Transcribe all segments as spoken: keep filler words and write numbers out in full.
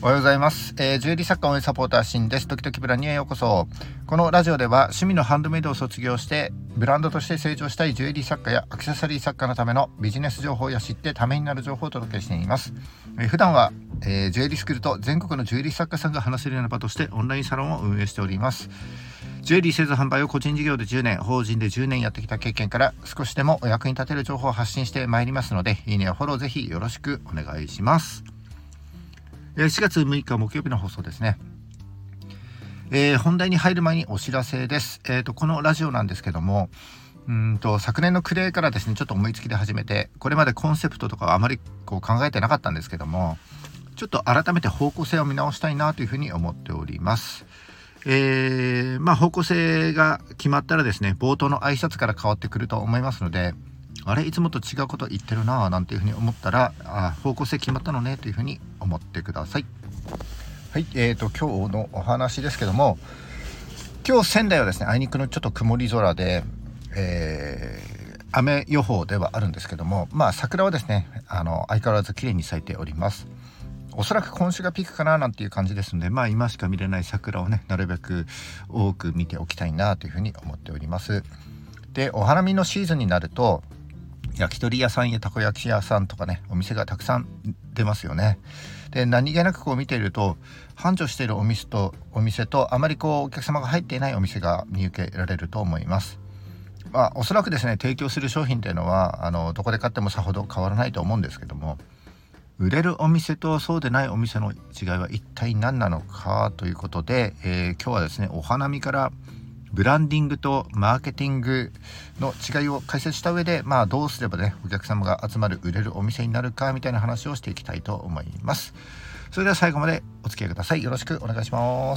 おはようございます、えー、ジュエリー作家応援サポーターシンです。時々ブランニュへようこそ。このラジオでは趣味のハンドメイドを卒業してブランドとして成長したいジュエリー作家やアクセサリー作家のためのビジネス情報や知ってためになる情報をお届けしています。えー、普段は、えー、ジュエリースクールと全国のジュエリー作家さんが話せるような場としてオンラインサロンを運営しております。ジュエリー製造販売を個人事業でじゅうねん、法人でじゅうねんやってきた経験から少しでもお役に立てる情報を発信してまいりますので、いいねやフォローぜひよろしくお願いします。しがつむいか木曜日の放送ですね。えー、本題に入る前にお知らせです。えーと、このラジオなんですけども、うんと昨年の暮れからですね、ちょっと思いつきで始めて、これまでコンセプトとかはあまりこう考えてなかったんですけども、ちょっと改めて方向性を見直したいなというふうに思っております。えー、まあ方向性が決まったらですね、冒頭の挨拶から変わってくると思いますので、あれいつもと違うこと言ってるなぁなんていうふうに思ったら、あ方向性決まったのねというふうに思ってください。はい、えーと今日のお話ですけども、今日仙台はですね、あいにくのちょっと曇り空で、えー、雨予報ではあるんですけども、まあ桜はですね、あの相変わらず綺麗に咲いております。おそらく今週がピークかななんていう感じですので、まあ今しか見れない桜をね、なるべく多く見ておきたいなというふうに思っております。で、お花見のシーズンになると焼き鳥屋さんやたこ焼き屋さんとかね、お店がたくさん出ますよね。で、何気なくこう見ていると、繁盛しているお店とお店とあまりこうお客様が入っていないお店が見受けられると思います。まあおそらくですね、提供する商品というのはあのどこで買ってもさほど変わらないと思うんですけども、売れるお店とそうでないお店の違いは一体何なのかということで、えー、今日はですね、お花見からブランディングとマーケティングの違いを解説した上で、まあどうすればね、お客様が集まる売れるお店になるかみたいな話をしていきたいと思います。それでは最後までお付き合いください。よろしくお願いします。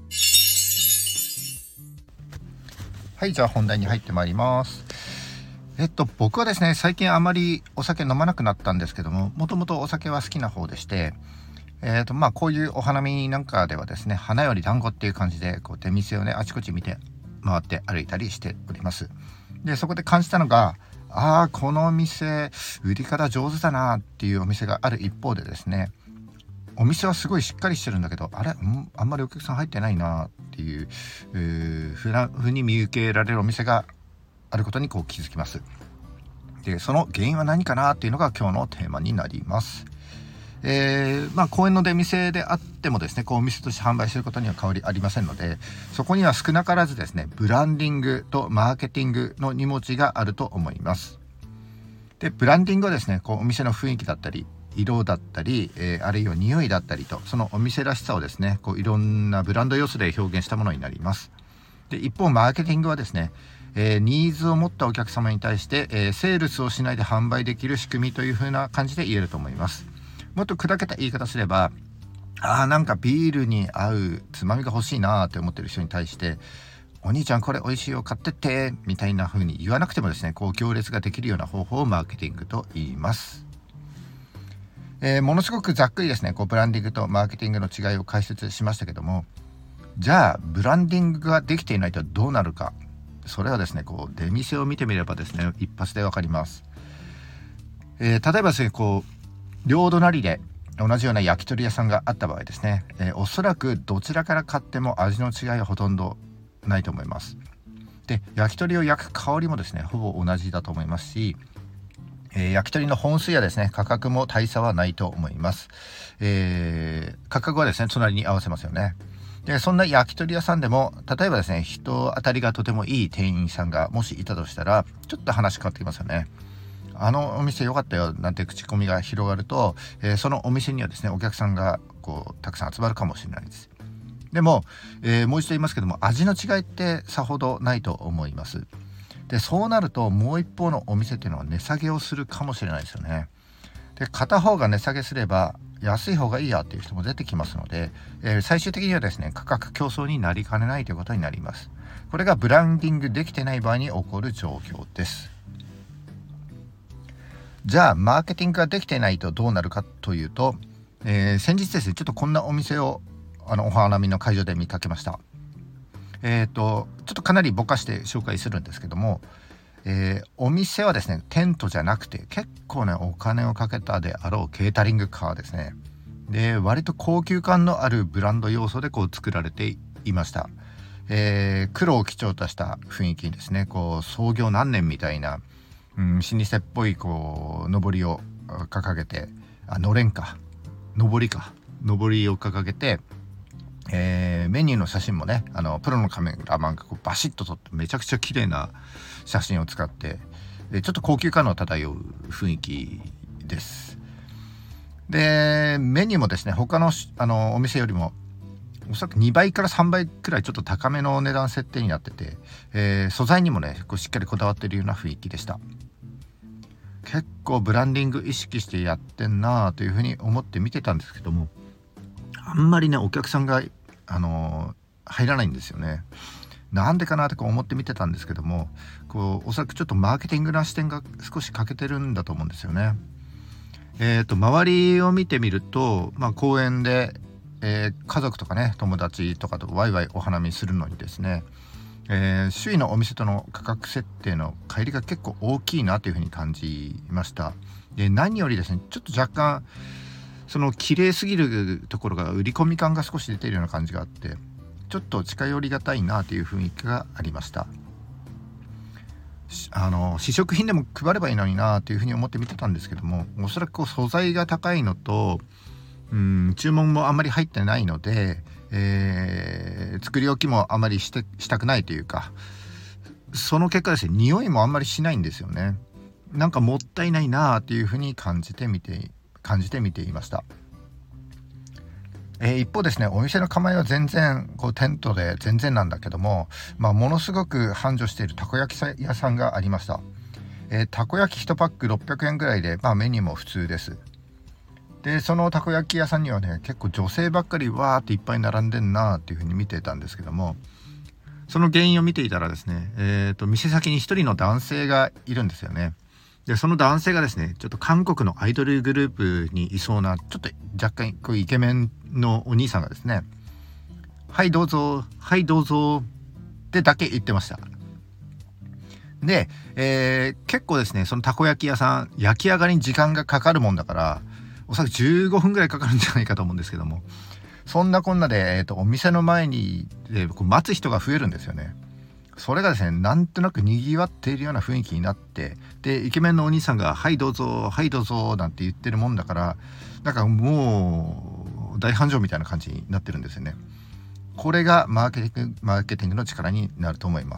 はい、じゃあ本題に入ってまいります。えっと僕はですね、最近あまりお酒飲まなくなったんですけども、もともとお酒は好きな方でして、えーとまあこういうお花見なんかではですね、花より団子っていう感じでこう出店をね、あちこち見て回って歩いたりしております。で、そこで感じたのが、ああこの店売り方上手だなっていうお店がある一方でですね、お店はすごいしっかりしてるんだけど、あれ、うん、あんまりお客さん入ってないなっていう、えー、ふなふうに見受けられるお店があることにこう気づきます。で、その原因は何かなっていうのが今日のテーマになります。えーまあ、公園の出店であってもですね、こうお店として販売することには変わりありませんので、そこには少なからずですね、ブランディングとマーケティングのに文字があると思います。で、ブランディングはですね、こうお店の雰囲気だったり色だったり、えー、あるいは匂いだったりと、そのお店らしさをですね、こういろんなブランド要素で表現したものになります。で、一方マーケティングはですね、えー、ニーズを持ったお客様に対して、えー、セールスをしないで販売できる仕組みという風な感じで言えると思います。もっと砕けた言い方すれば、あーなんかビールに合うつまみが欲しいなーって思ってる人に対して、お兄ちゃんこれ美味しいよ買ってってみたいな風に言わなくてもですね、こう行列ができるような方法をマーケティングと言います。えー、ものすごくざっくりですね、こうブランディングとマーケティングの違いを解説しましたけども、じゃあブランディングができていないとどうなるか。それはですね、こう出店を見てみればですね、一発でわかります。えー、例えばですね、こう両隣で同じような焼き鳥屋さんがあった場合ですね、えー、おそらくどちらから買っても味の違いはほとんどないと思います。で、焼き鳥を焼く香りもですね、ほぼ同じだと思いますし、えー、焼き鳥の本数やですね、価格も大差はないと思います。えー、価格はですね、隣に合わせますよね。で、そんな焼き鳥屋さんでも、例えばですね、人当たりがとてもいい店員さんがもしいたとしたら、ちょっと話変わってきますよね。あのお店良かったよなんて口コミが広がると、えー、そのお店にはですね、お客さんがこうたくさん集まるかもしれないです。でも、えー、もう一度言いますけども、味の違いってさほどないと思います。で、そうなるともう一方のお店っていうのは値下げをするかもしれないですよね。で、片方が値下げすれば安い方がいいやっていう人も出てきますので、えー、最終的にはですね、価格競争になりかねないということになります。これがブランディングできてない場合に起こる状況です。じゃあマーケティングができてないとどうなるかというと、えー、先日ですね、ちょっとこんなお店をあのお花見の会場で見かけました。えーとちょっとかなりぼかして紹介するんですけども、えー、お店はですね、テントじゃなくて結構ねお金をかけたであろうケータリングカーですね。 で割と高級感のあるブランド要素でこう作られていました。えー、黒を基調とした雰囲気ですね。こう創業何年みたいな、うん、老舗っぽいこう上りを掲げて、あのれんか上りか上りを掲げて、えー、メニューの写真もね、あのプロのカメラマンがこうバシッと撮ってめちゃくちゃ綺麗な写真を使って、でちょっと高級感の漂う雰囲気です。でメニューもですね、他のあのお店よりもおそらくにばいからさんばいくらいちょっと高めの値段設定になってて、えー、素材にもねこうしっかりこだわっているような雰囲気でした。結構ブランディング意識してやってんなというふうに思って見てたんですけども、あんまりねお客さんが、あのー、入らないんですよね。なんでかなってこう思って見てたんですけども、こうおそらくちょっとマーケティングな視点が少し欠けてるんだと思うんですよね。えーと周りを見てみると、まあ、公園で、えー、家族とかね友達とかとワイワイお花見するのにですね、えー、周囲のお店との価格設定の乖離が結構大きいなというふうに感じました。で何よりですね、ちょっと若干その綺麗すぎるところが売り込み感が少し出ているような感じがあって、ちょっと近寄りがたいなという雰囲気がありました。あの試食品でも配ればいいのになというふうに思って見てたんですけども、おそらくこう素材が高いのと、うん注文もあんまり入ってないので、えー、作り置きもあまりしてしたくないというか、その結果ですね、匂いもあんまりしないんですよね。なんかもったいないなっていうふうに感じてみて感じてみていました。えー、一方ですね、お店の構えは全然こうテントで全然なんだけども、まあ、ものすごく繁盛しているたこ焼き屋さんがありました。えー、たこ焼きいちパックろっぴゃくえんぐらいで、まあ、メニューも普通です。でそのたこ焼き屋さんにはね結構女性ばっかりわーっていっぱい並んでんなっていう風に見てたんですけども、その原因を見ていたらですね、えーと店先に一人の男性がいるんですよね。でその男性がですね、ちょっと韓国のアイドルグループにいそうなちょっと若干こうイケメンのお兄さんがですね、はいどうぞはいどうぞってだけ言ってました。で、えー、結構ですねそのたこ焼き屋さん焼き上がりに時間がかかるもんだから、おそらくじゅうごふんぐらいかかるんじゃないかと思うんですけども、そんなこんなで、えーと、お店の前にでこう待つ人が増えるんですよね。それがですねなんとなくにぎわっているような雰囲気になって、でイケメンのお兄さんがはいどうぞはいどうぞなんて言ってるもんだから、なんかもう大繁盛みたいな感じになってるんですよね。これがマーケティングマーケティングの力になると思います。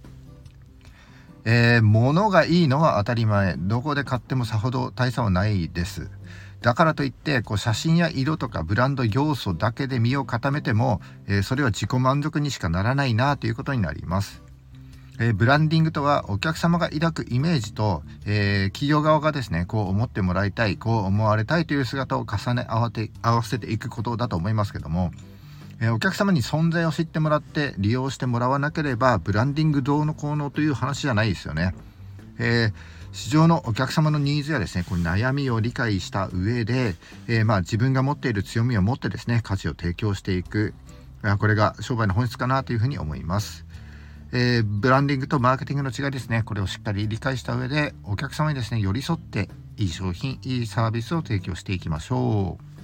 えー、物がいいのは当たり前、どこで買ってもさほど大差はないです。だからといってこう写真や色とかブランド要素だけで身を固めても、えー、それは自己満足にしかならないなということになります。えー、ブランディングとはお客様が抱くイメージと、えー、企業側がですねこう思ってもらいたい、こう思われたいという姿を重ね合わて合わせていくことだと思いますけども、えー、お客様に存在を知ってもらって利用してもらわなければブランディングどうのこうのという話じゃないですよね。えー市場のお客様のニーズやですねこう悩みを理解した上で、えー、まあ自分が持っている強みを持ってですね価値を提供していく、これが商売の本質かなというふうに思います。えー、ブランディングとマーケティングの違いですね、これをしっかり理解した上でお客様にですね寄り添っていい商品いいサービスを提供していきましょう。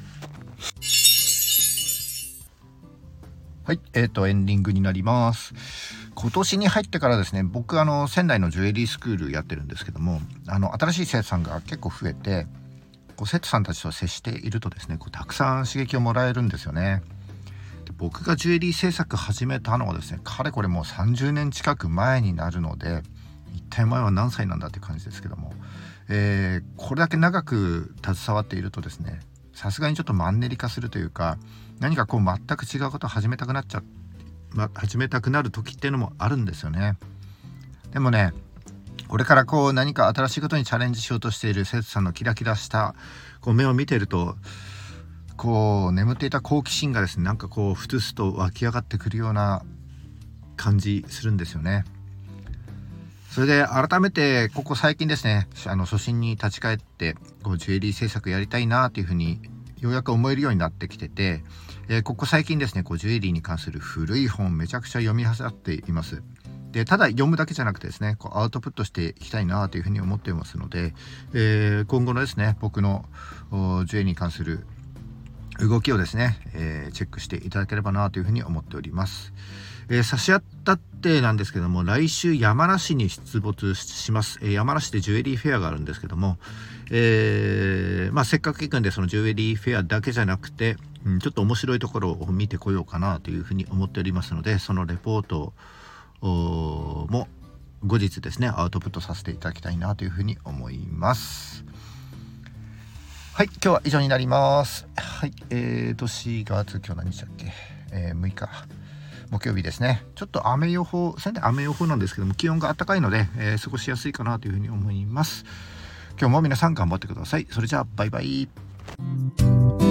はい、えーとエンディングになります。今年に入ってからですね、僕あの仙台のジュエリースクールやってるんですけども、あの新しい生徒さんが結構増えて、こう生徒さんたちと接しているとですねこうたくさん刺激をもらえるんですよね。で僕がジュエリー制作始めたのはですねかれこれもうさんじゅうねん近く前になるので、一体前は何歳なんだって感じですけども、えー、これだけ長く携わっているとですね、さすがにちょっとマンネリ化するというか、何かこう全く違うことを始めたくなっちゃま、始めたくなる時っていうのもあるんですよね。でもね、これからこう何か新しいことにチャレンジしようとしている生徒さんのキラキラしたこう目を見ていると、こう眠っていた好奇心がですねなんかこうふつふつと湧き上がってくるような感じするんですよね。それで改めてここ最近ですね、あの初心に立ち返ってこうジュエリー制作やりたいなというふうにようやく思えるようになってきてて、えー、ここ最近ですねこうジュエリーに関する古い本めちゃくちゃ読み漁っています。でただ読むだけじゃなくてですねこうアウトプットしていきたいなというふうに思っていますので、えー、今後のですね僕のジュエリーに関する動きをですね、えー、チェックしていただければなというふうに思っております。えー、差し当たってなんですけども、来週山梨に出没します。えー、山梨でジュエリーフェアがあるんですけども、えーまあ、せっかく行くんでそのジュエリーフェアだけじゃなくて、うん、ちょっと面白いところを見てこようかなというふうに思っておりますので、そのレポートも後日ですねアウトプットさせていただきたいなというふうに思います。はい、今日は以上になります。はい、えーとしがつ今日何日だっけ、えー、むいか木曜日ですね。ちょっと雨予報、仙台雨予報なんですけども、気温が暖かいので、えー、過ごしやすいかなというふうに思います。今日も皆さん頑張ってください。それじゃあバイバイ。